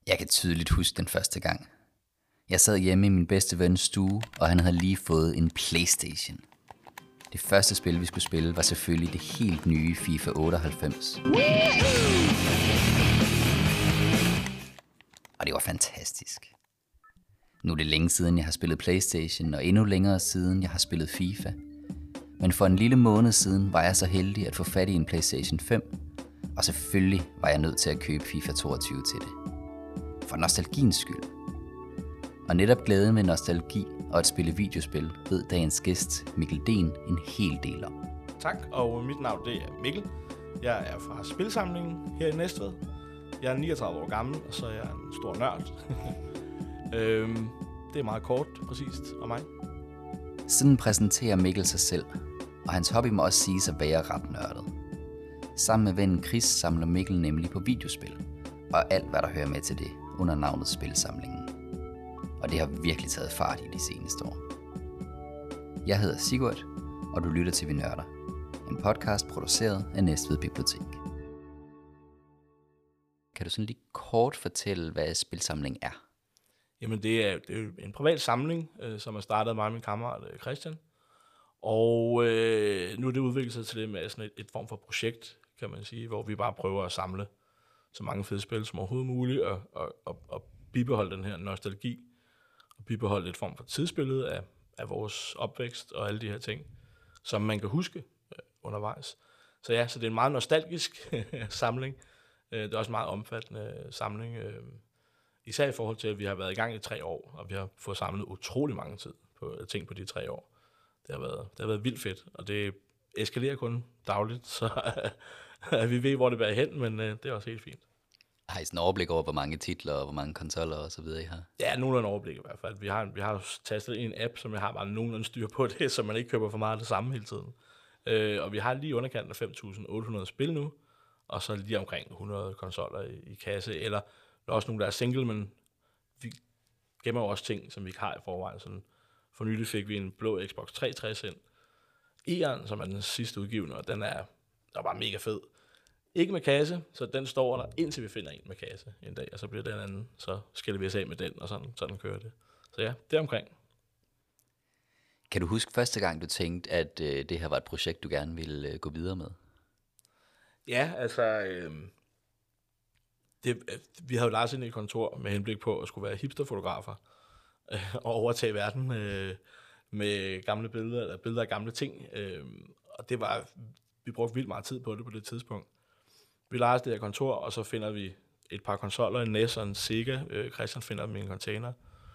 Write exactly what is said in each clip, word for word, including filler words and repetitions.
Jeg kan tydeligt huske den første gang. Jeg sad hjemme i min bedste vens stue, og han havde lige fået en PlayStation. Det første spil, vi skulle spille, var selvfølgelig det helt nye FIFA otteoghalvfems. Og det var fantastisk. Nu er det længe siden, jeg har spillet PlayStation, og endnu længere siden, jeg har spillet FIFA. Men for en lille måned siden var jeg så heldig at få fat i en PlayStation fem, og selvfølgelig var jeg nødt til at købe FIFA toogtyve til det. For nostalgiens skyld. Og netop glæden med nostalgi og at spille videospil ved dagens gæst Mikkel Den en hel del om. Tak, og mit navn det er Mikkel. Jeg er fra Spilsamlingen her i Næstved. Jeg er niogtredive år gammel, og så er jeg en stor nørd. øhm, det er meget kort, præcist om mig. Sådan præsenterer Mikkel sig selv, og hans hobby må også siges at være ret nørdet. Sammen med vennen Chris samler Mikkel nemlig på videospil, og alt hvad der hører med til det under navnet Spilsamlingen. Og det har virkelig taget fart i de seneste år. Jeg hedder Sigurd, og du lytter til Vi Nørder. En podcast produceret af Næstved Bibliotek. Kan du sådan lige kort fortælle, hvad Spilsamling er? Jamen det er, det er en privat samling, øh, som er startet af mig og min kammerat øh, Christian. Og øh, nu er det udviklet sig til det med sådan et, et form for projekt, kan man sige, hvor vi bare prøver at samle så mange fede spil som overhovedet muligt, og, og, og, og bibeholde den her nostalgi, og bibeholde et form for tidsbillede af, af vores opvækst og alle de her ting, som man kan huske øh, undervejs. Så ja, så det er en meget nostalgisk samling. Øh, det er også en meget omfattende samling, øh, især i forhold til, at vi har været i gang i tre år, og vi har fået samlet utrolig mange tid på ting på de tre år. Det har været, det har været vildt fedt, og det eskalerer kun dagligt, så vi ved, hvor det bærer hen, men øh, det er også helt fint. Har I sådan en overblik over, hvor mange titler og hvor mange konsoller og så videre I har? Ja, nogenlunde overblik i hvert fald. Vi har, vi har tastet en app, som jeg har bare nogenlunde styr på det, så man ikke køber for meget af det samme hele tiden. Øh, og vi har lige underkanten af fem tusind otte hundrede spil nu, og så lige omkring hundrede konsoller i, i kasse, eller der er også nogle, der er single, men vi gemmer jo også ting, som vi ikke har i forvejen. Sådan, for nylig fik vi en blå Xbox tre tres ind. E'eren, som er den sidste udgivende, og den er, der er bare mega fed. Ikke med kasse, så den står der, indtil vi finder en med kasse en dag, og så bliver den anden, så skiller vi os af med den, og sådan, sådan kører det. Så ja, det er omkring. Kan du huske første gang, du tænkte, at øh, det her var et projekt, du gerne ville øh, gå videre med? Ja, altså, øh, det, vi havde jo lejet ind i et kontor med henblik på at skulle være hipsterfotografer øh, og overtage verden øh, med gamle billeder, eller billeder af gamle ting. Øh, og det var, vi brugte vildt meget tid på det på det tidspunkt. Vi lejer det her kontor, og så finder vi et par konsoller, en N E S og en Sega. Øh, Christian finder dem i en container.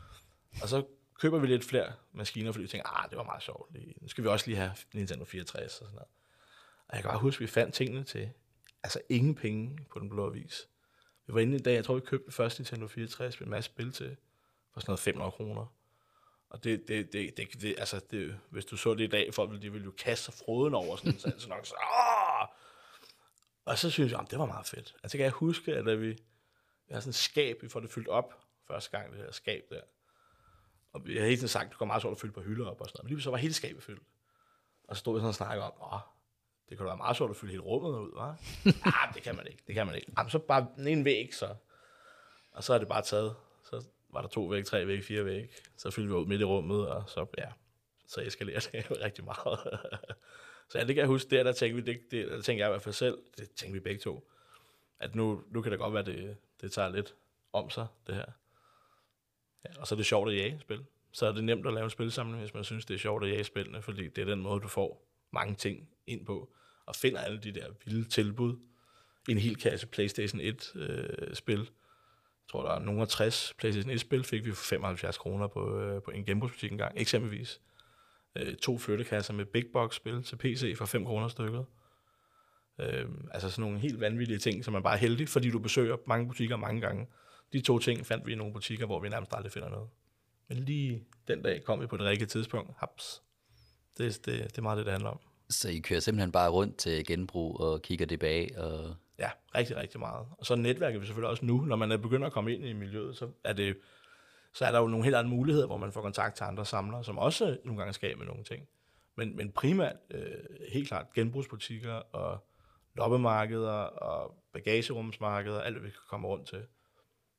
Og så køber vi lidt flere maskiner, fordi vi tænker, ah, det var meget sjovt. Nu skal vi også lige have Nintendo fireogtres og sådan noget. Og jeg kan bare huske, at vi fandt tingene til altså ingen penge på den blå avis. Vi var inde i dag, jeg tror, vi købte først Nintendo fireogtres med en masse spil til for sådan noget fem hundrede kroner. Og det, det, det, det, det altså, det, hvis du så det i dag, folk ville, de ville jo kaste sig froden over sådan, så, så nok så, Åh! Og så synes jeg, det var meget fedt. Altså kan jeg huske, at da vi, vi har sådan et skab, vi får det fyldt op første gang, det her skab der. Og vi har hele tiden sagt, at det går meget sjovt at fylde på hylder op og sådan noget. Men lige så var hele skabet fyldt. Og så stod vi sådan og snakkede om, åh, det kunne da være meget sjovt at fylde hele rummet ud, hva'? Ja, det kan man ikke, det kan man ikke. Jamen, så bare en væg, så. Og så er det bare taget. Så var der to væg, tre væg, fire væg. Så fyldte vi ud midt i rummet, og så, ja, så eskalerer det rigtig meget. Så ja, det kan jeg huske, der, der tænkte vi, det, det, der tænkte jeg i hvert fald selv, det tænkte vi begge to, at nu, nu kan det godt være, det, det tager lidt om sig, det her. Ja, og så er det sjovt at jage spil. Så er det nemt at lave en spilsamling, hvis man synes, det er sjovt at jage spillene, fordi det er den måde, du får mange ting ind på, og finder alle de der vilde tilbud. En hel kasse PlayStation et-spil. Øh, jeg tror, der er nogle af tres PlayStation et-spil, fik vi for femoghalvfjerds kroner på, øh, på en genbrugsbutik engang, eksempelvis. Øh, to flyttekasser med Big Box-spil til P C for fem kroner stykket. Øh, altså sådan nogle helt vanvittige ting, som man bare er heldig, fordi du besøger mange butikker mange gange. De to ting fandt vi i nogle butikker, hvor vi nærmest aldrig finder noget. Men lige den dag kom vi på det rigtige tidspunkt. Haps. Det, det, det er meget det, det handler om. Så I kører simpelthen bare rundt til genbrug og kigger det bag? Og... Ja, rigtig, rigtig meget. Og så netværker vi selvfølgelig også nu. Når man er begyndt at komme ind i miljøet, så er, det, så er der jo nogle helt andre muligheder, hvor man får kontakt til andre samlere, som også nogle gange skaber nogle ting. Men, men primært øh, helt klart genbrugsbutikker og loppemarkeder og bagagerumsmarkeder, alt hvad vi kan komme rundt til.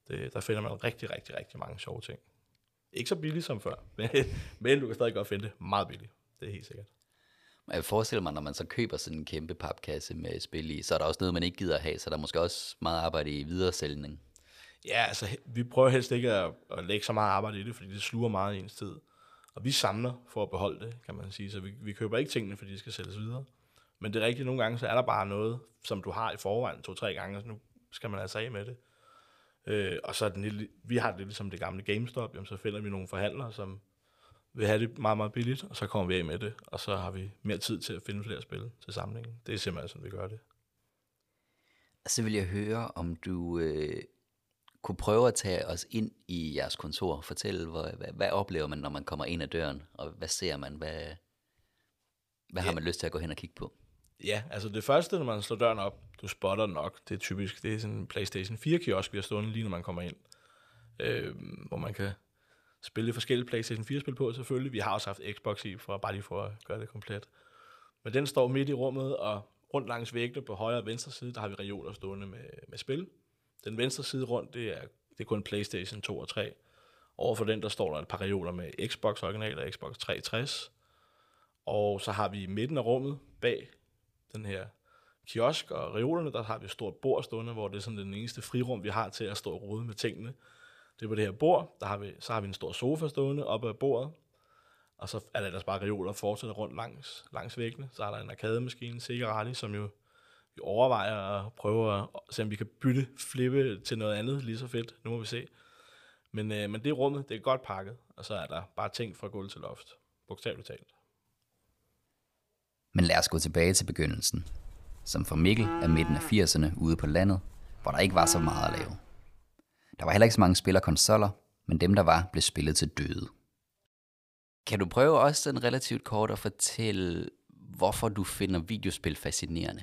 Det, der finder man rigtig, rigtig, rigtig mange sjove ting. Ikke så billigt som før, men, men du kan stadig godt finde det meget billigt. Det er helt sikkert. Jeg forestiller mig, når man så køber sådan en kæmpe papkasse med spil i, så er der også noget, man ikke gider at have, så der er måske også meget arbejde i videresælgning. Ja, altså vi prøver helst ikke at, at lægge så meget arbejde i det, fordi det sluger meget i ens tid. Og vi samler for at beholde det, kan man sige. Så vi, vi køber ikke tingene, fordi de skal sælges videre. Men det er rigtigt, nogle gange så er der bare noget, som du har i forvejen to-tre gange, så nu skal man altså af med det. Øh, og så er den lille, vi har det lidt ligesom det gamle GameStop, jamen, så finder vi nogle forhandlere, som vil have det meget, meget billigt, og så kommer vi af med det, og så har vi mere tid til at finde flere spil til samlingen. Det er simpelthen sådan, vi gør det. Så vil jeg høre, om du øh, kunne prøve at tage os ind i jeres kontor og fortælle, hvad, hvad, hvad oplever man, når man kommer ind ad døren, og hvad ser man, hvad, hvad ja. har man lyst til at gå hen og kigge på? Ja, altså det første, når man slår døren op, du spotter nok, det er typisk, det er sådan en PlayStation fire-kiosk, vi har stående lige når man kommer ind, øh, hvor man kan spille forskellige PlayStation fire-spil på selvfølgelig. Vi har også haft Xbox i, for bare lige for at gøre det komplet. Men den står midt i rummet, og rundt langs væggene på højre og venstre side, der har vi reoler stående med, med spil. Den venstre side rundt, det er, det er kun PlayStation to og tre. Overfor den, der står der et par reoler med Xbox original og Xbox tre tres. Og så har vi i midten af rummet, bag den her kiosk og reolerne, der har vi et stort bord stående, hvor det er sådan den eneste frirum, vi har til at stå og rode med tingene. Det er på det her bord, der har vi, så har vi en stor sofa stående oppe af bordet, og så er der ellers bare reoler fortsætter rundt langs, langs væggene. Så er der en arcade-maskine, Sega som jo vi overvejer at prøve at se, om vi kan bytte, flippe til noget andet lige så fedt. Nu må vi se. Men, øh, men det rummet, det er godt pakket, og så er der bare ting fra gulv til loft. Bogstaveligt talt. Men lad os gå tilbage til begyndelsen, som for Mikkel er midten af firserne ude på landet, hvor der ikke var så meget at lave. Der var heller ikke så mange spil og konsoller, men dem der var, blev spillet til døde. Kan du prøve også sådan relativt kort at fortælle, hvorfor du finder videospil fascinerende?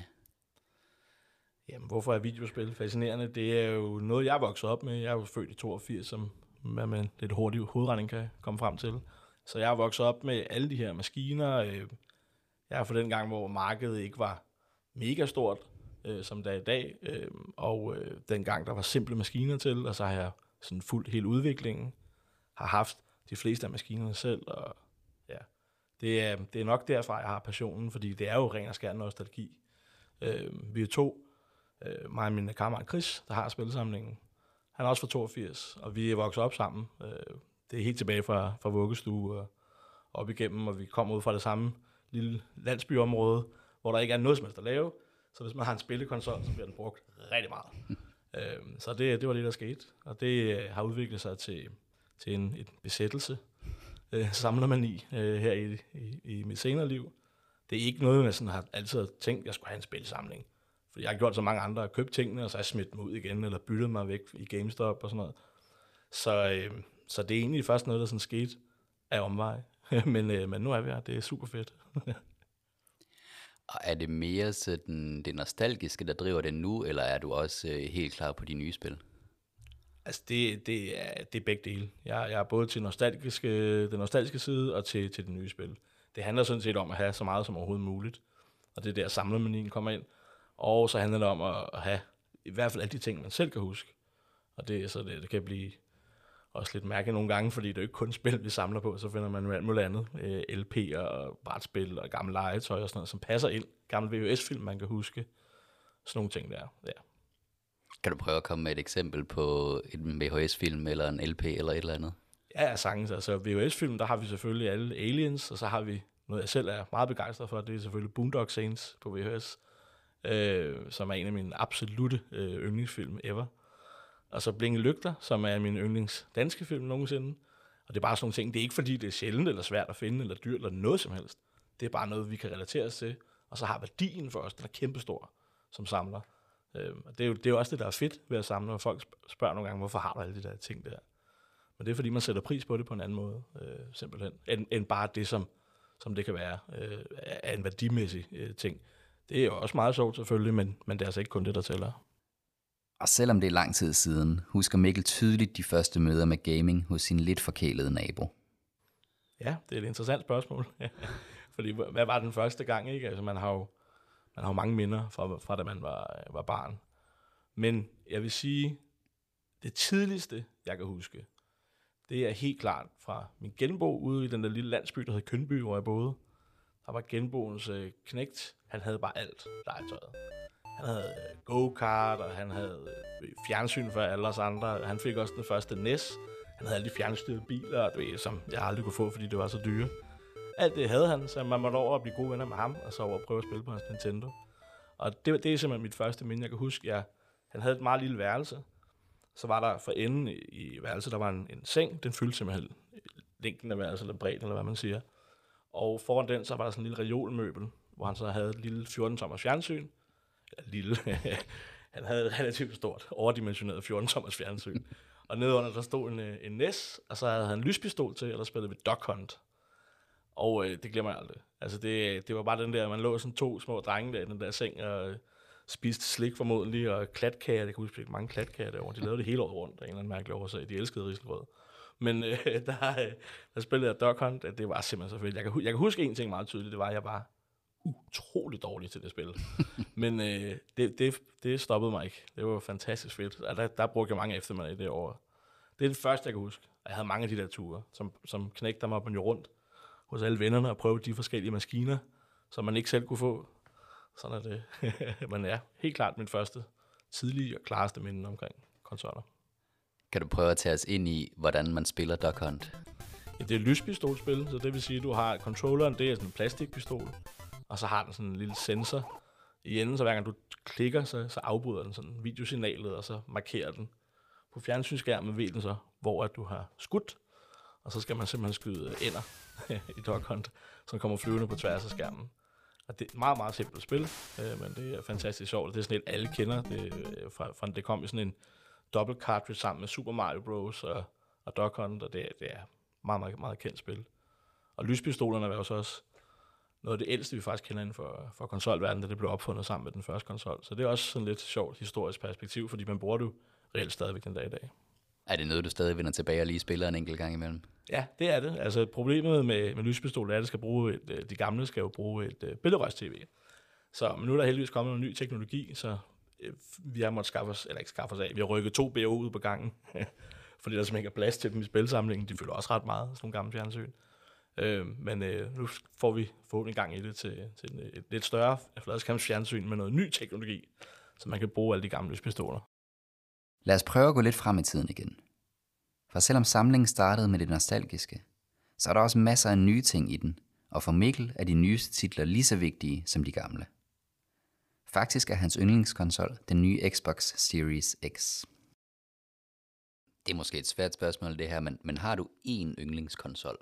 Jamen, hvorfor er videospil fascinerende? Det er jo noget, jeg er vokset op med. Jeg er jo født i toogfirs, som man med lidt hurtig hovedregning kan komme frem til. Så jeg er vokset op med alle de her maskiner. Jeg er fra den gang, hvor markedet ikke var mega stort, øh, som der er i dag, øh, og øh, dengang der var simple maskiner til, og så har jeg sådan fulgt hele udviklingen, har haft de fleste af maskinerne selv, og ja, det er, det er nok derfra, jeg har passionen, fordi det er jo ren og skær nostalgi. Øh, vi er to, øh, mig og min kammerat Chris, der har spilsamlingen. Han er også fra toogfirs, og vi er vokset op sammen. Øh, det er helt tilbage fra, fra vuggestue og op igennem, og vi kommer ud fra det samme lille landsbyområde, hvor der ikke er noget som helst at lave. Så hvis man har en spillekonsol, så bliver den brugt rigtig meget. øhm, så det, det var det, der skete. Og det øh, har udviklet sig til, til en, en besættelse, øh, samler man i øh, her i, i, i mit senere liv. Det er ikke noget, jeg sådan har altid tænkt, at jeg skulle have en spilsamling. Fordi jeg har gjort så mange andre, at købt tingene, og så har jeg smidt dem ud igen, eller byttet mig væk i GameStop og sådan noget. Så, øh, så det er egentlig først noget, der sådan skete af omvej. men, øh, men nu er vi her. Det er super fedt. Og er det mere sådan det nostalgiske, der driver det nu, eller er du også øh, helt klar på de nye spil? Altså, det, det, er, det er begge dele. Jeg, jeg er både til nostalgiske, den nostalgiske side og til, til det nye spil. Det handler sådan set om at have så meget som overhovedet muligt. Og det er der samlermanien kommer ind. Og så handler det om at, at have i hvert fald alle de ting, man selv kan huske. Og det, så det, det kan blive også lidt mærkeligt nogle gange, fordi det er jo ikke kun spil, vi samler på. Så finder man jo alt muligt andet. Øh, L P'er og brætspil og gamle legetøj og sådan noget, som passer ind. Gamle V H S-film, man kan huske. Sådan nogle ting der, ja. Kan du prøve at komme med et eksempel på en V H S-film eller en L P eller et eller andet? Ja, sagtens. Altså V H S-film, der har vi selvfølgelig alle Aliens, og så har vi noget, jeg selv er meget begejstret for, det er selvfølgelig Boondock Saints på V H S, øh, som er en af mine absolutte øh, yndlingsfilm ever. Og så Blinke Lygter, som er min yndlings danske film nogensinde. Og det er bare sådan nogle ting, det er ikke fordi, det er sjældent eller svært at finde, eller dyrt, eller noget som helst. Det er bare noget, vi kan relatere os til. Og så har værdien for os, den er kæmpestor som samler. Øh, og det er, jo, det er jo også det, der er fedt ved at samle, og folk spørger nogle gange, hvorfor har du alle de der ting der? Men det er fordi, man sætter pris på det på en anden måde, øh, simpelthen, end, end bare det, som, som det kan være øh, af en værdimæssig øh, ting. Det er jo også meget sjovt selvfølgelig, men, men det er altså ikke kun det, der tæller. Og selvom det er lang tid siden, husker Mikkel tydeligt de første møder med gaming hos sin lidt forkælede nabo. Ja, det er et interessant spørgsmål. Fordi hvad var den første gang, ikke? Altså man har jo, man har jo mange minder fra, fra da man var, var barn. Men jeg vil sige, Det tidligste, jeg kan huske, det er helt klart fra min genbo ude i den der lille landsby, der hed Kønby, hvor jeg boede. Der var genboens øh, knægt. Han havde bare alt legetøjet. Han havde øh, go-kart, og han havde øh, fjernsyn for alle os andre. Han fik også den første N E S. Han havde alle de fjernstyrede biler, du ved, som jeg aldrig kunne få, fordi det var så dyre. Alt det havde han, så man måtte over at blive gode venner med ham, og så over at prøve at spille på hans Nintendo. Og det, det er simpelthen mit første minde, jeg kan huske. Jeg, han havde et meget lille værelse. Så var der for enden i, i værelset, der var en, en seng. Den fyldte simpelthen længden af værelset, eller bredden, eller hvad man siger. Og foran den, så var der sådan en lille reolmøbel, hvor han så havde et lille fjorten-tommers fjernsyn. Ja, lille. Han havde et relativt stort, overdimensioneret fjorten-tommers fjernsyn. Og nedenunder, der stod en, en N E S, og så havde han en lyspistol til, og der spillede vi Duck Hunt. Og øh, det glemmer jeg aldrig. Altså, det, det var bare den der, man lå sådan to små drenge der i den der seng, og øh, spiste slik formodentlig, og klatkager. Det kan huske, ikke mange klatkager derovre. De lavede det hele året rundt, af en eller anden mærkelig årsag. De elskede risengrød. Men øh, der, der spillede jeg Duck Hunt, det var simpelthen så fedt. Jeg kan, jeg kan huske en ting meget tydeligt, det var, at jeg var utrolig dårlig til det spil. Men øh, det, det, det stoppede mig ikke. Det var fantastisk fedt. Der, der brugte jeg mange eftermiddag i det år. Det er det første, jeg kan huske. Jeg havde mange af de der ture, som, som knægte mig på rundt hos alle vennerne og prøve de forskellige maskiner, som man ikke selv kunne få. Sådan er det. Men ja, helt klart min første tidlige og klareste minde omkring konsoller. Kan du prøve at tage os ind i, hvordan man spiller Duck Hunt? Ja, det er et lyspistolspil, så det vil sige, at du har controlleren, det er sådan en plastikpistol, og så har den sådan en lille sensor i enden, så hver gang du klikker, så, så afbryder den sådan videosignalet, og så markerer den på fjernsynsskærmen, ved den så, hvor at du har skudt, og så skal man simpelthen skyde ender i Duck Hunt, som kommer flyvende på tværs af skærmen. Og det er et meget, meget simpelt spil, øh, men det er fantastisk sjovt. Det er sådan et, alle kender. Det, øh, fra, fra, det kom i sådan en dobbelt cartridge sammen med Super Mario Bros. og, og Duck Hunt, og det, det er meget, meget, meget kendt spil. Og lyspistolerne er jo så også noget af det ældste, vi faktisk kender inden for, for konsolverdenen, da det blev opfundet sammen med den første konsol. Så det er også sådan lidt sjovt historisk perspektiv, fordi man bruger det jo reelt stadigvæk den dag i dag. Er det noget, du stadig vender tilbage og lige spiller en enkelt gang imellem? Ja, det er det. Altså problemet med, med lyspistol er, at det skal bruge et, de gamle skal jo bruge et uh, billedrørs-tv. Så men nu er der heldigvis kommet noget ny teknologi, så uh, vi har måttet skaffe os, eller ikke skaffe os af, vi har rykket to B O ud på gangen, fordi der simpelthen ikke er plads til dem i spilsamlingen. De fylder også ret meget, sådan nogle gamle fjernsyn. Uh, men uh, nu får vi forhåbentlig gang i det til, til en, et lidt større fladskærmsfjernsyn med noget ny teknologi, så man kan bruge alle de gamle lyspistoler. Lad os prøve at gå lidt frem i tiden igen. For selvom samlingen startede med det nostalgiske, så er der også masser af nye ting i den, og for Mikkel er de nyeste titler lige så vigtige som de gamle. Faktisk er hans yndlingskonsol den nye Xbox Series X. Det er måske et svært spørgsmål det her, men, men har du én yndlingskonsol?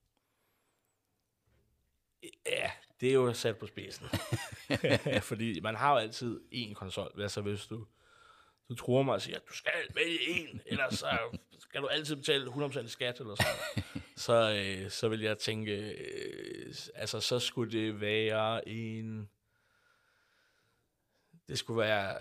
Ja, det er jo sat på spidsen. Fordi man har jo altid én konsol. Altså hvis du, du tror mig og siger, at du skal vælge én, ellers så skal du altid betale hundrede procent i skat eller sådan. så, øh, så vil jeg tænke, øh, altså så skulle det være en... Det skulle være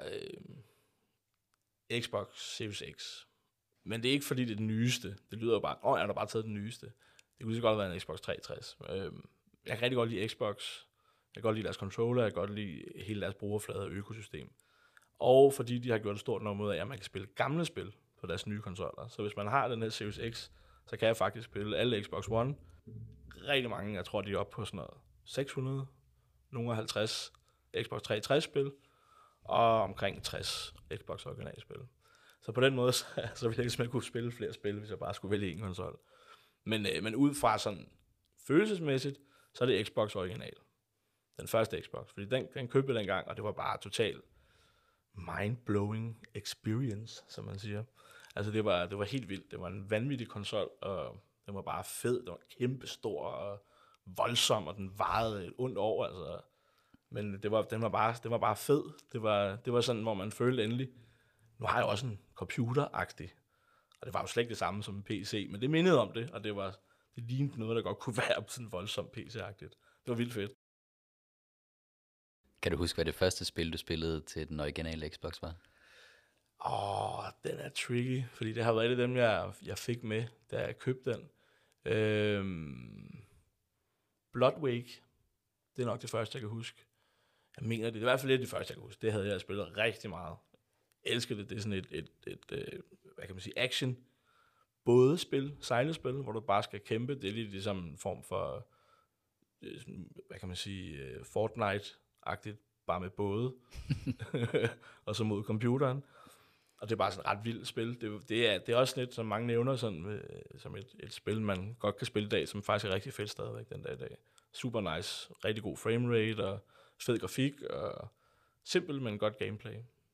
øh, Xbox Series X. Men det er ikke fordi det er den nyeste. Det lyder jo bare, åh, oh, jeg har bare taget den nyeste. Det kunne så godt være en Xbox tre tres. Øh, jeg kan rigtig godt lide Xbox. Jeg kan godt lide deres controller. Jeg kan godt lide hele deres brugerflade og økosystem. Og fordi de har gjort et stort nummer ud af, at man kan spille gamle spil på deres nye konsoller. Så hvis man har den her Series X, så kan jeg faktisk spille alle Xbox One. Rigtig mange, jeg tror, de er oppe på sådan noget seks hundrede, nogle halvtreds Xbox tre tres spil, og omkring tres Xbox originalspil. Så på den måde, så, så ville jeg simpelthen kunne spille flere spil, hvis jeg bare skulle vælge en konsol. Men, øh, men ud fra sådan følelsesmæssigt, så er det Xbox original. Den første Xbox, fordi den, den købte jeg dengang, og det var bare totalt mind-blowing experience, som man siger. Altså det var, det var helt vildt. Det var en vanvittig konsol, og den var bare fed. Den var kæmpestor og voldsom, og den varede et ondt år. Altså. Men det var, den var bare, det var bare fed. Det var, det var sådan, hvor man følte endelig, nu har jeg også en computer-agtig. Og det var jo slet ikke det samme som en P C, men det mindede om det, og det var det lignede noget, der godt kunne være sådan voldsomt P C-agtigt. Det var vildt fedt. Kan du huske, hvad det første spil, du spillede til den originale Xbox var? Åh, oh, den er tricky, fordi det har været et af dem, jeg, jeg fik med, da jeg købte den. Øhm, Bloodwake, det er nok det første, jeg kan huske. Jeg mener det, det er i hvert fald lidt det første, jeg kan huske. Det havde jeg spillet rigtig meget. Jeg elskede det, det er sådan et, et, et, et hvad kan man sige, action, bådespil, sejlespil, hvor du bare skal kæmpe. Det er lidt ligesom en form for, hvad kan man sige, Fortnite-agtigt, bare med både, og så mod computeren. Og det er bare sådan et ret vildt spil. Det, det, er, det er også lidt, som mange nævner, sådan, øh, som et, et spil, man godt kan spille i dag, som faktisk er rigtig fedt stadigvæk den dag i dag. Super nice, rigtig god framerate, og fed grafik, og simpelt, men godt gameplay.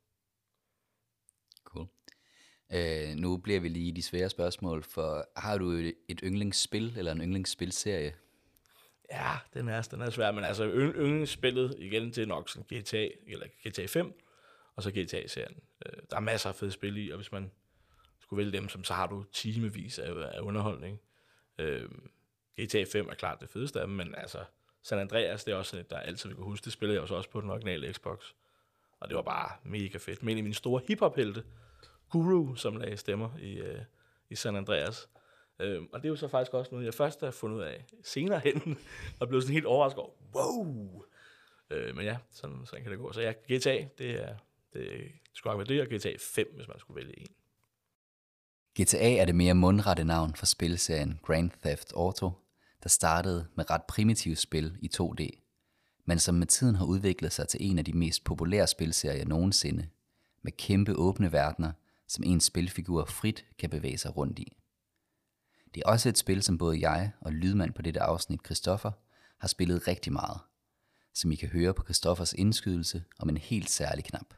Cool. Øh, nu bliver vi lige i de svære spørgsmål, for har du et, et yndlingsspil, eller en yndlingsspilserie? Ja, den er, den er svær, men altså yndlingsspillet, igen, det er nok sådan G T A, eller G T A fem, og så G T A-serien. Der er masser af fede spil i, og hvis man skulle vælge dem, så har du timevis af, af underholdning. G T A fem er klart det fedeste af dem, men altså San Andreas, det er også sådan et, der altid vi kan huske. Det spillede jeg også på den originale Xbox, og det var bare mega fedt. Men en af mine store hip-hop-helte, Guru, som lagde stemmer i, uh, i San Andreas. Uh, og det er jo så faktisk også noget, jeg først har fundet ud af senere hen, og blev sådan helt overrasket over, wow! Uh, men ja, sådan, sådan kan det gå. Så ja, G T A, det er det skulle nok være det, og G T A fem, hvis man skulle vælge en. G T A er det mere mundrette navn for spilserien Grand Theft Auto, der startede med ret primitive spil i to D, men som med tiden har udviklet sig til en af de mest populære spilserier nogensinde, med kæmpe åbne verdener, som ens spilfigur frit kan bevæge sig rundt i. Det er også et spil, som både jeg og lydmand på dette afsnit, Christoffer, har spillet rigtig meget, som I kan høre på Christoffers indskydelse om en helt særlig knap.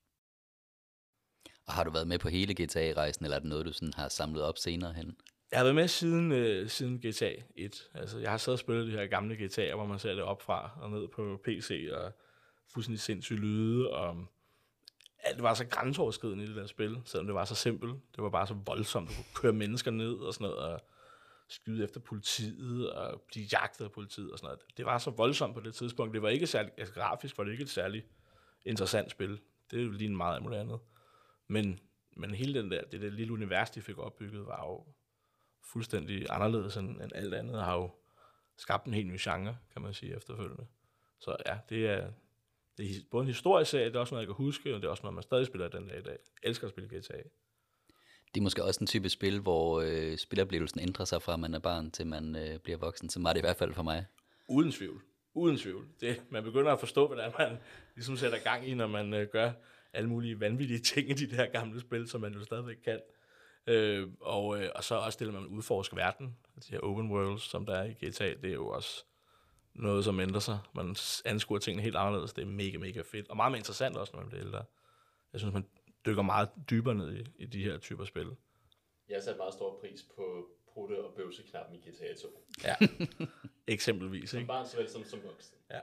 Og har du været med på hele G T A-rejsen, eller er det noget, du sådan har samlet op senere hen? Jeg har været med siden, øh, siden G T A et. Altså, jeg har siddet og spillet de her gamle G T A'er, hvor man ser det op fra og ned på P C, og fuldstændig sindssyge lyde, og ja, det var så grænseoverskridende i det der spil, selvom det var så simpelt. Det var bare så voldsomt. Du kunne køre mennesker ned og sådan noget, og skyde efter politiet, og blive jagtet af politiet og sådan noget. Det var så voldsomt på det tidspunkt. Det var ikke særlig, altså, grafisk var det ikke et særligt interessant spil. Det er jo lige meget af muligt andet. Men, men hele den der, det der lille univers, de fik opbygget, var jo fuldstændig anderledes end, end alt andet, og har jo skabt en helt ny genre, kan man sige, efterfølgende. Så ja, det er, det er både en historisk serie, det er også noget, jeg kan huske, og det er også noget, man stadig spiller den dag i dag. Jeg elsker at spille G T A. Det er måske også en type spil, hvor øh, spiloplevelsen ændrer sig fra, man er barn til man øh, bliver voksen, så var det i hvert fald for mig. Uden tvivl. Uden tvivl. Det, man begynder at forstå, hvordan man ligesom sætter gang i, når man øh, gør alle mulige vanvittige ting i de der gamle spil, som man jo stadigvæk kan. Øh, og, øh, og så også det, man udforsker verden. De her open worlds, som der er i G T A, det er jo også noget, som ændrer sig. Man anskuer tingene helt anderledes. Det er mega, mega fedt. Og meget mere interessant også, når man bliver ældre. Jeg synes, man dykker meget dybere ned i, i de her typer spil. Jeg har sat meget stor pris på prutte- og bøvseknappen i G T A to. Ja, eksempelvis. Som ikke? barn såvel som som voksen. Ja.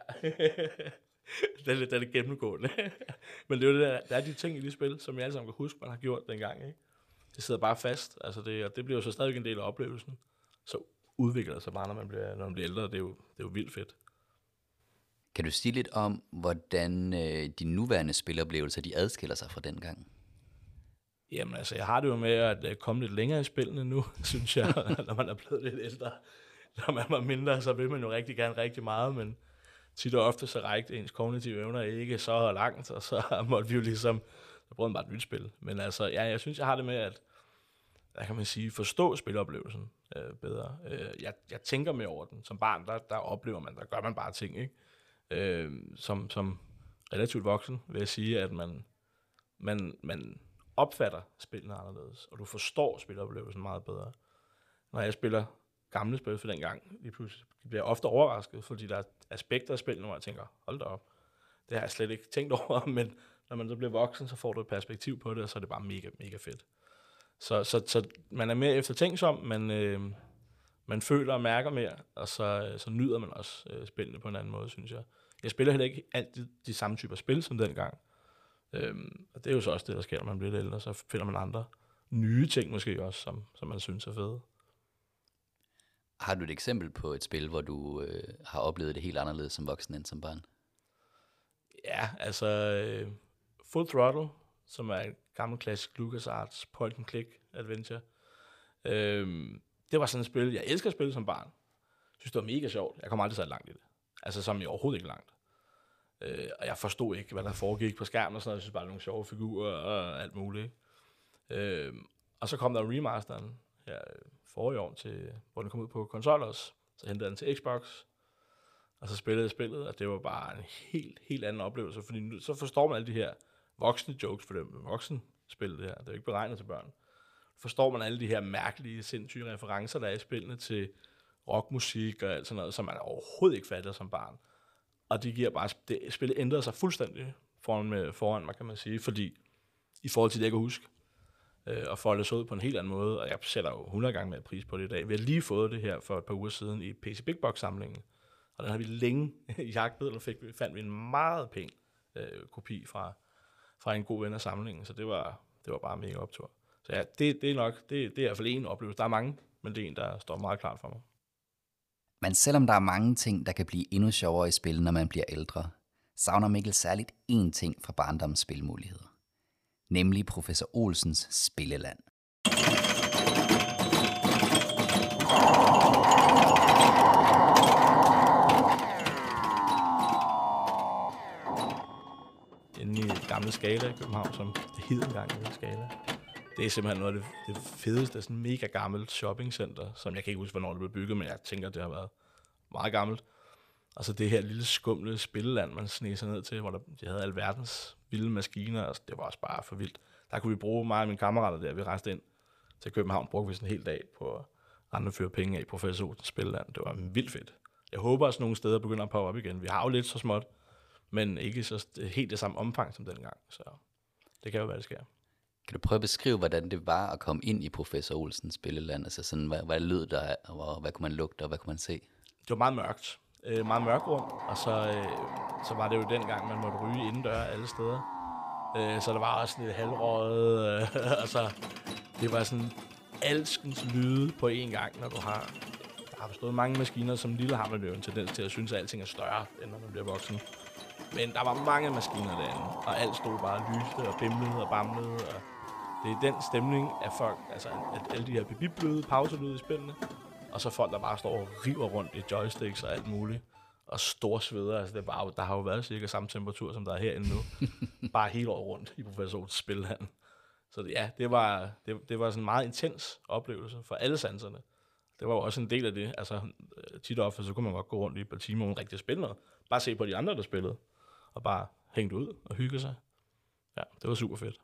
det, er lidt, det er lidt gennemgående. Men det er jo det der, der er de ting i de spil, som jeg alle sammen kan huske, man har gjort dengang. Ikke? Det sidder bare fast. Altså det, og det bliver jo så stadig en del af oplevelsen. Så udvikler det sig bare, når man bliver, når man bliver ældre. Det er, jo, det er jo vildt fedt. Kan du sige lidt om, hvordan øh, de nuværende spiloplevelser, de adskiller sig fra dengang? Jamen altså, jeg har det jo med at komme lidt længere i spillene nu, synes jeg, når man er blevet lidt ældre. Når man var mindre, så vil man jo rigtig gerne rigtig meget, men tit og ofte så rækte ens kognitive evner ikke så langt, og så måtte vi jo ligesom, så prøvede man bare et nyt spil. Men altså, ja, jeg synes, jeg har det med at, hvad kan man sige, forstå spiloplevelsen øh, bedre. Øh, jeg, jeg tænker mere over den. Som barn, der, der oplever man, der gør man bare ting, ikke? Øh, som, som relativt voksen vil jeg sige, at man, man, man opfatter spillene anderledes, og du forstår spiloplevelsen meget bedre. Når jeg spiller gamle spil for dengang, lige pludselig bliver jeg ofte overrasket, fordi der er aspekter af spillene, hvor jeg tænker, hold da op, det har jeg slet ikke tænkt over, men når man så bliver voksen, så får du et perspektiv på det, og så er det bare mega, mega fedt. Så, så, så man er mere eftertænksom, man, øh, man føler og mærker mere, og så, så nyder man også øh, spillene på en anden måde, synes jeg. Jeg spiller heller ikke altid de samme typer spil som dengang. Øhm, og det er jo så også det, der sker, når man bliver lidt ældre. Så finder man andre nye ting måske også, som, som man synes er fede. Har du et eksempel på et spil, hvor du øh, har oplevet det helt anderledes som voksen end som barn? Ja, altså øh, Full Throttle, som er en gammel klassisk LucasArts point and click adventure. Øhm, det var sådan et spil, jeg elsker at spille som barn. Jeg synes, det var mega sjovt. Jeg kom aldrig så langt i det. Altså som i overhovedet ikke langt. Øh, og jeg forstod ikke, hvad der foregik på skærmen og sådan noget. Jeg synes bare, det var nogle sjove figurer og alt muligt. Øh, Og så kom der remasteren her forrige år, til, hvor den kom ud på konsol også. Så hentede jeg den til Xbox, og så spillede jeg spillet, og det var bare en helt, helt anden oplevelse, fordi nu, så forstår man alle de her voksne jokes, for det er voksen spil det her, det er jo ikke beregnet til børn. Forstår man alle de her mærkelige, sindssyge referencer, der er i spillene til rockmusik og alt sådan noget, som man overhovedet ikke fatter som barn. Og det giver bare, det, spillet ændrede sig fuldstændig foran, med, foran mig, kan man sige, fordi i forhold til det, jeg kan huske, øh, og folde sig ud på en helt anden måde, og jeg sætter jo hundrede gange mere pris på det i dag. Vi har lige fået det her for et par uger siden i P C Big Box-samlingen, og den har vi længe jagtet, og fik, fandt vi en meget pæn øh, kopi fra, fra en god ven af samlingen, så det var, det var bare mega optur. Så ja, det, det er nok, det, det er i hvert fald en oplevelse. Der er mange, men det er en, der står meget klart for mig. Men selvom der er mange ting, der kan blive endnu sjovere i spil, når man bliver ældre, savner Mikkel særligt én ting fra barndommens spilmuligheder. Nemlig Professor Olsens Spilleland. Inde i gamle Skala i København, som det hed engang i Skala. Det er simpelthen noget af det, det fedeste, sådan et mega gammelt shoppingcenter, som jeg kan ikke huske, hvornår det blev bygget, men jeg tænker, det har været meget gammelt. Og så det her lille skumle spilleland, man sneg sig ned til, hvor der, de havde alverdens vilde maskiner, og det var også bare for vildt. Der kunne vi bruge mig og mine kammerater der, vi rejste ind til København, brugte vi sådan en hel dag på at rende føre penge af i Professor Olsens Spilleland. Det var vildt fedt. Jeg håber også nogle steder begynder at poppe op igen. Vi har jo lidt så småt, men ikke så helt det samme omfang som dengang, så det kan jo være, det sker. Kan du prøve at beskrive, hvordan det var at komme ind i Professor Olsens Spilleland? Altså sådan, hvad, hvad lød der, og hvad kunne man lugte, og hvad kunne man se? Det var meget mørkt. Øh, meget mørkt rum, og så, øh, så var det jo dengang, man måtte ryge indendør alle steder. Øh, så der var også lidt halvrøget, øh, og så det var sådan alskens lyde på én gang, når du har... Der har forstået mange maskiner, som lille har man jo en tendens til at synes, at alting er større, end når man bliver voksen. Men der var mange maskiner derinde, og alt stod bare lyste og bimlede og bamlede, og det er den stemning af folk, altså at alle de her bibibbløde pauselyde i spillene, og så folk, der bare står og river rundt i joysticks og alt muligt, og store sveder, altså det er bare, der har jo været cirka samme temperatur, som der er herinde nu, bare hele året rundt i Professor Olsens Spilleland. Så det, ja, det var, det, det var sådan en meget intens oplevelse for alle sanserne. Det var jo også en del af det, altså tit og ofte, så kunne man godt gå rundt i et par timer uden rigtig at spille noget, bare se på de andre, der spillede, og bare hænge ud og hygge sig. Ja, det var super fedt.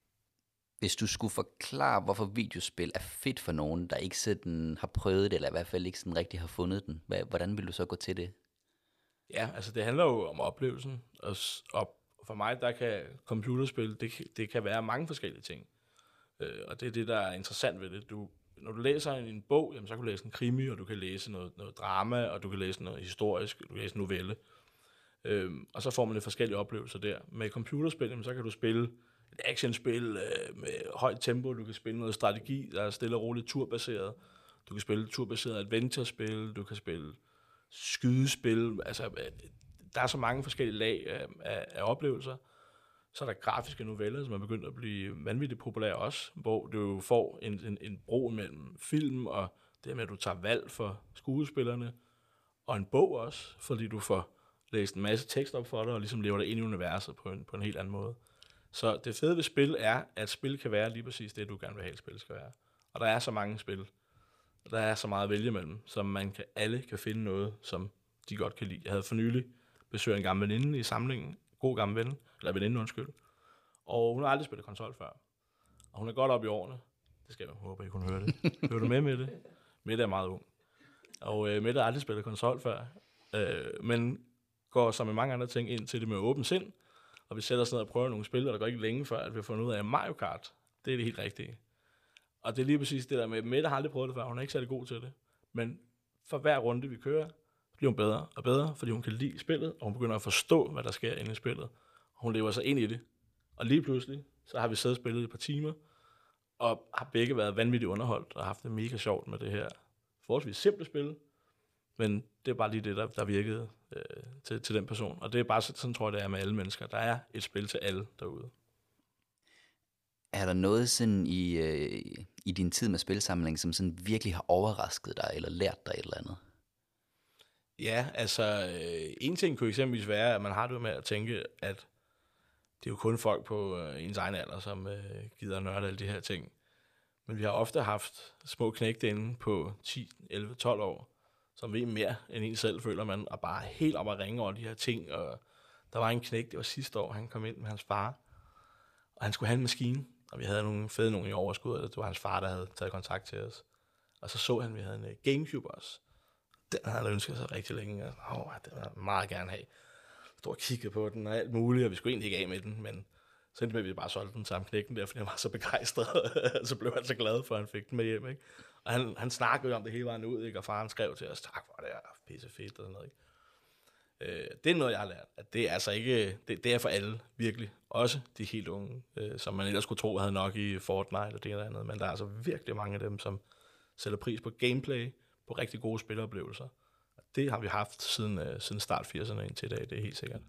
Hvis du skulle forklare, hvorfor videospil er fedt for nogen, der ikke sådan har prøvet det, eller i hvert fald ikke sådan rigtig har fundet den, hvordan vil du så gå til det? Ja, altså det handler jo om oplevelsen, og, og for mig, der kan computerspil, det, det kan være mange forskellige ting. Øh, og det er det, der er interessant ved det. Du, når du læser en, en bog, jamen, så kan du læse en krimi, og du kan læse noget, noget drama, og du kan læse noget historisk, du kan læse en novelle. Øh, og så får man lidt forskellige oplevelser der. Med computerspil, jamen, så kan du spille et actionspil øh, med højt tempo, du kan spille noget strategi, der er stille og roligt turbaseret. Du kan spille turbaseret adventure-spil, du kan spille skydespil, altså der er så mange forskellige lag af, af, af oplevelser. Så er der grafiske noveller, som er begyndt at blive vanvittigt populære også, hvor du får en, en, en bro mellem film og det med, at du tager valg for skuespillerne, og en bog også, fordi du får læst en masse tekst op for dig, og ligesom lever dig ind i universet på en, på en helt anden måde. Så det fede ved spil er, at spil kan være lige præcis det, du gerne vil have, et spil skal være. Og der er så mange spil, og der er så meget at vælge mellem, så man kan, alle kan finde noget, som de godt kan lide. Jeg havde for nylig besøgt en gammel veninde i samlingen, god gammel ven, eller veninde, undskyld, og hun har aldrig spillet konsol før. Og hun er godt op i årene. Det skal jeg håbe, I kunne høre det. Hører du med med det? Mette er meget ung. Og øh, Mette har aldrig spillet konsol før, øh, men går som med mange andre ting ind til det med åben sind, og vi sætter os ned og prøver nogle spil, og der går ikke længe før, at vi har fundet ud af, at Mario Kart, det er det helt rigtige. Og det er lige præcis det der med, at Mette har aldrig prøvet det før, hun er ikke særlig god til det. Men for hver runde, vi kører, bliver hun bedre og bedre, fordi hun kan lide spillet, og hun begynder at forstå, hvad der sker inde i spillet. Og hun lever sig ind i det. Og lige pludselig, så har vi siddet og spillet et par timer, og har begge været vanvittigt underholdt, og haft det mega sjovt med det her forholdsvis simple spil. Men det er bare lige det, der, der virkede øh, til, til den person. Og det er bare sådan, tror jeg, det er med alle mennesker. Der er et spil til alle derude. Er der noget sådan i, øh, i din tid med spilsamling, som sådan virkelig har overrasket dig, eller lært dig et eller andet? Ja, altså, øh, en ting kunne eksempelvis være, at man har det med at tænke, at det er jo kun folk på øh, ens egen alder, som øh, gider nørde alle de her ting. Men vi har ofte haft små knægte inde på ti, elleve, tolv år, som ved mere end en selv, føler man, og bare helt op at ringe over de her ting. Og der var en knægt, det var sidste år, han kom ind med hans far, og han skulle have en maskine, og vi havde nogle fede nogle i overskud, og det var hans far, der havde taget kontakt til os. Og så så han, at vi havde en uh, Gamecube også. Den havde han ønsket sig rigtig længe, og åh, den ville jeg meget gerne have. Stod og kiggede på den og alt muligt, og vi skulle egentlig ikke af med den, men så endte med, at vi bare solgte den samme knægten der, fordi han var så begejstret, så blev han så glad for, at han fik den med hjem, ikke? Og han, han snakkede om det hele vejen ud, ikke? Og faren skrev til os, tak for det, er pisse fedt og sådan noget, ikke? Øh, det er noget, jeg har lært, at det er altså ikke, det, det er for alle, virkelig. Også de helt unge, øh, som man ellers skulle tro havde nok i Fortnite eller det eller andet, men der er altså virkelig mange af dem, som sætter pris på gameplay, på rigtig gode spilleoplevelser. Det har vi haft siden, øh, siden start firserne indtil i dag, det er helt sikkert.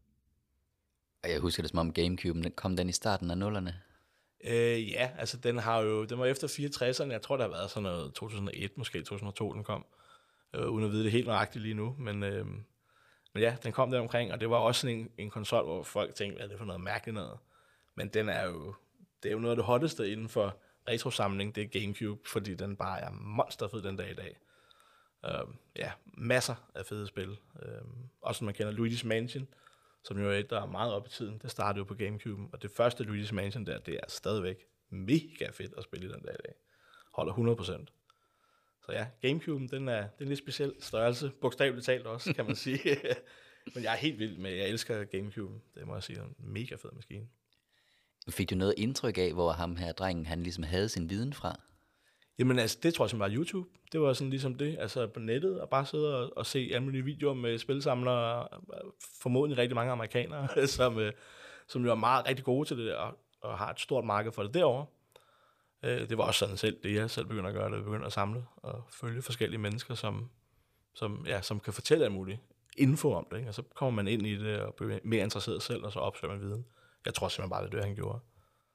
Og jeg husker det som om Gamecuben, den kom den i starten af nullerne? Øh, ja, altså den har jo, den var efter fireogtresserne, jeg tror der har været sådan noget to tusind og et, måske to tusind og to den kom, øh, uden at vide det helt nøjagtigt lige nu, men, øh, men ja, den kom der omkring, og det var også sådan en, en konsol, hvor folk tænkte, hvad er det for noget mærkeligt noget, men den er jo, det er jo noget af det hotteste inden for retrosamling, det er Gamecube, fordi den bare er monsterfed den dag i dag. Øh, ja, masser af fede spil, øh, også når man kender Luigi's Mansion, som jo er et, der er meget op i tiden. Det startede jo på Gamecube, og det første Luigi's Mansion der, det er stadigvæk mega fedt at spille i den dag i dag. Holder hundrede procent. Så ja, Gamecuben, den er, det er en lidt speciel størrelse, bogstaveligt talt også, kan man sige. Men jeg er helt vild med, jeg elsker Gamecuben. Det må jeg sige, en mega fed maskine. Fik du noget indtryk af, hvor ham her drengen, han ligesom havde sin viden fra? Jamen altså, det tror jeg simpelthen var YouTube. Det var sådan ligesom det, altså på nettet, og bare sidde og, og se alle mulige videoer med spilsamlere, formodentlig rigtig mange amerikanere, som, som jo er meget rigtig gode til det, og, og har et stort marked for det derovre. Det var også sådan selv, det jeg selv begynder at gøre, det begynder at samle og følge forskellige mennesker, som, som, ja, som kan fortælle alt muligt info om det, ikke? Og så kommer man ind i det og bliver mere interesseret selv, og så opsøger man viden. Jeg tror simpelthen bare, det er det, han gjorde.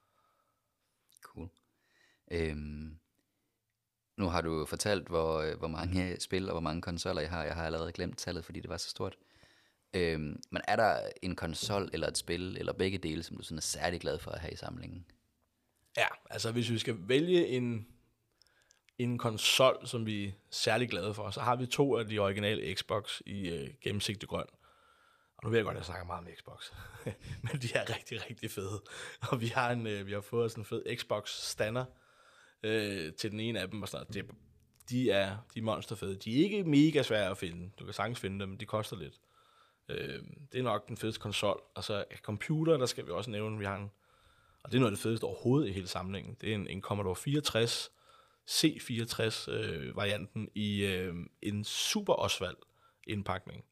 Cool. Øhm Nu har du fortalt, hvor, hvor mange spil og hvor mange konsoller jeg har. Jeg har allerede glemt tallet, fordi det var så stort. Øhm, men er der en konsol eller et spil, eller begge dele, som du sådan er særlig glad for at have i samlingen? Ja, altså hvis vi skal vælge en, en konsol, som vi er særlig glade for, så har vi to af de originale Xbox i øh, gennemsigtig grøn. Og nu ved jeg godt, at jeg snakker meget om Xbox. Men de er rigtig, rigtig fede. Og vi har, en, øh, vi har fået sådan en fed Xbox-stander, Øh, til den ene af dem og sådan noget. Det, de er de er monsterfede. De er ikke mega svære at finde. Du kan sagtens finde dem, men de koster lidt. Øh, det er nok den fedeste konsol. Og så computer, der skal vi også nævne, vi har en, og det er noget af det fedeste overhovedet i hele samlingen. Det er en, en Commodore fireogtres C fireogtres øh, varianten i øh, en Super Oswald indpakning.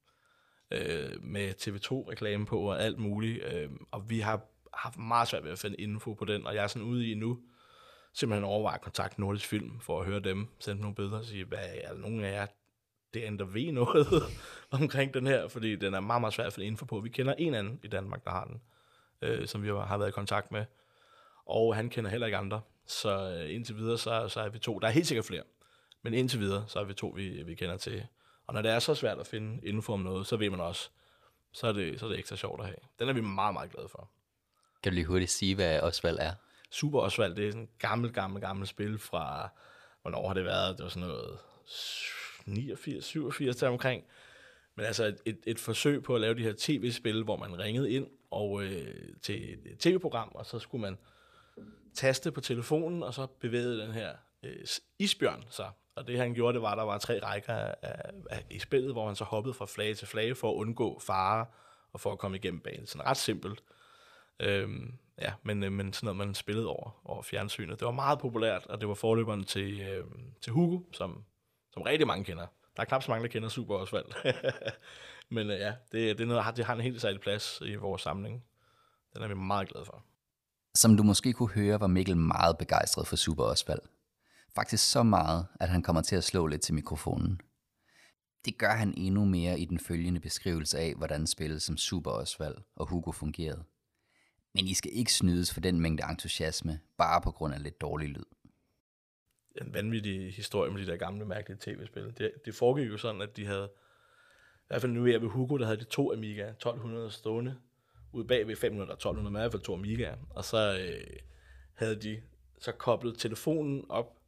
Øh, med T V to reklame på og alt muligt. Øh, og vi har haft meget svært ved at finde info på den, og jeg er sådan ude i nu simpelthen overveje at kontakte Nordisk Film for at høre dem, sende nogle billeder og sige, hvad er der nogen af jer derinde, der ved noget omkring den her, fordi den er meget, meget svært at finde info på. Vi kender en anden i Danmark, der har den, øh, som vi har været i kontakt med, og han kender heller ikke andre, så øh, indtil videre, så, så er vi to. Der er helt sikkert flere, men indtil videre, så er vi to, vi, vi kender til. Og når det er så svært at finde info om noget, så ved man også, så er det, så er det ekstra sjovt at have. Den er vi meget, meget glade for. Kan du lige hurtigt sige, hvad Oswald er? Super Oswald, det er sådan et gammelt, gammelt, gammelt spil fra, hvornår har det været? Det var sådan noget niogfirs, syvogfirs der omkring. Men altså et, et, et forsøg på at lave de her tv-spil, hvor man ringede ind og, øh, til et tv-program, og så skulle man taste på telefonen, og så bevægede den her øh, isbjørn sig. Og det han gjorde, det var, at der var tre rækker af, af, i spillet, hvor han så hoppede fra flage til flage for at undgå fare og for at komme igennem banen. Sådan ret simpelt. Øhm, ja, men, men sådan noget, man spillede over, over fjernsynet. Det var meget populært, og det var forløberen til, øh, til Hugo, som, som rigtig mange kender. Der er knap så mange, der kender Super Oswald. Men øh, ja, det, det, er noget, det har en helt særlig plads i vores samling. Den er vi meget glade for. Som du måske kunne høre, var Mikkel meget begejstret for Super Oswald. Faktisk så meget, at han kommer til at slå lidt til mikrofonen. Det gør han endnu mere i den følgende beskrivelse af, hvordan spillet som Super Oswald og Hugo fungerede. Men I skal ikke snydes for den mængde entusiasme, bare på grund af lidt dårlig lyd. En vanvittig historie med de der gamle, mærkelige tv-spil. Det, det foregik jo sådan, at de havde, i hvert fald nu er ved Hugo, der havde de to Amiga tolv hundrede stående, ude bag ved fem hundrede og tolv hundrede, men i hvert fald to Amigaer. Og så øh, havde de så koblet telefonen op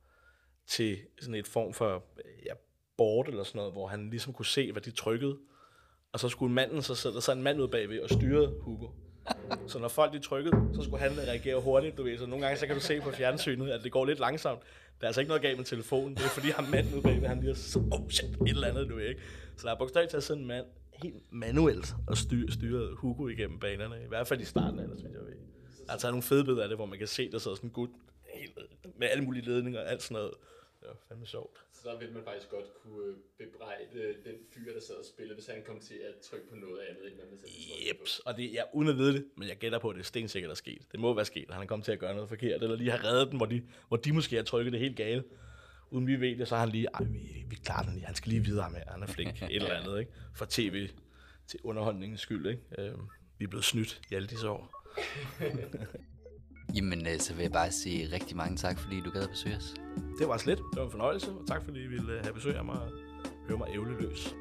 til sådan et form for ja, board eller sådan noget, hvor han ligesom kunne se, hvad de trykkede. Og så skulle manden, så sætte så en mand ud bagved og styrede Hugo. Så når folk de trykkede, så skulle han reagere hurtigt, du ved. Så nogle gange så kan du se på fjernsynet, at det går lidt langsomt. Der er altså ikke noget galt med telefonen. Det er fordi, han manden ude bagved, han lige så, oh shit, et eller andet, du ved ikke. Så der er bogstaveligt til at sidde en mand helt manuelt og styre, styre Hugo igennem banerne. I hvert fald i starten af det, synes jeg ved. Der er taget nogle fede billeder af det, hvor man kan se, der sidder sådan en gut med alle mulige ledninger og alt sådan noget. Det var fandme sjovt. Så der vil man faktisk godt kunne bebrejde den fyr, der sad og spillede, hvis han kom til at trykke på noget andet, end man selv trykke på. Jeps, og det, jeg uden at vide det, men jeg gætter på, at det er stensikkert er sket. Det må være sket, at han er kommet til at gøre noget forkert, eller lige har reddet den, hvor de, hvor de måske har trykket det helt galt. Uden vi ved det, så har han lige, ej, vi, vi klarer den lige, han skal lige videre med, han er flink, et eller andet, ikke? For tv til underholdningens skyld, ikke? Øh, vi er blevet snydt i alle disse år. Jamen, så vil jeg bare sige rigtig mange tak, fordi du gad at besøge os. Det var slet. Det var en fornøjelse, og tak fordi I ville have besøg af mig og høre mig ævle løs.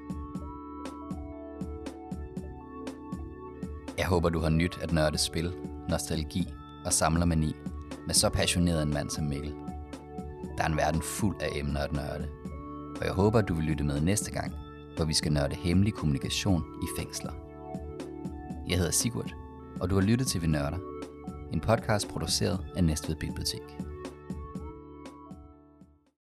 Jeg håber, du har nyt at nørde spil, nostalgi og samlermani med så passioneret en mand som Mikkel. Der er en verden fuld af emner at nørde, og jeg håber, du vil lytte med næste gang, hvor vi skal nørde hemmelig kommunikation i fængsler. Jeg hedder Sigurd, og du har lyttet til Vi Nørder, en podcast produceret af Næstved Bibliotek.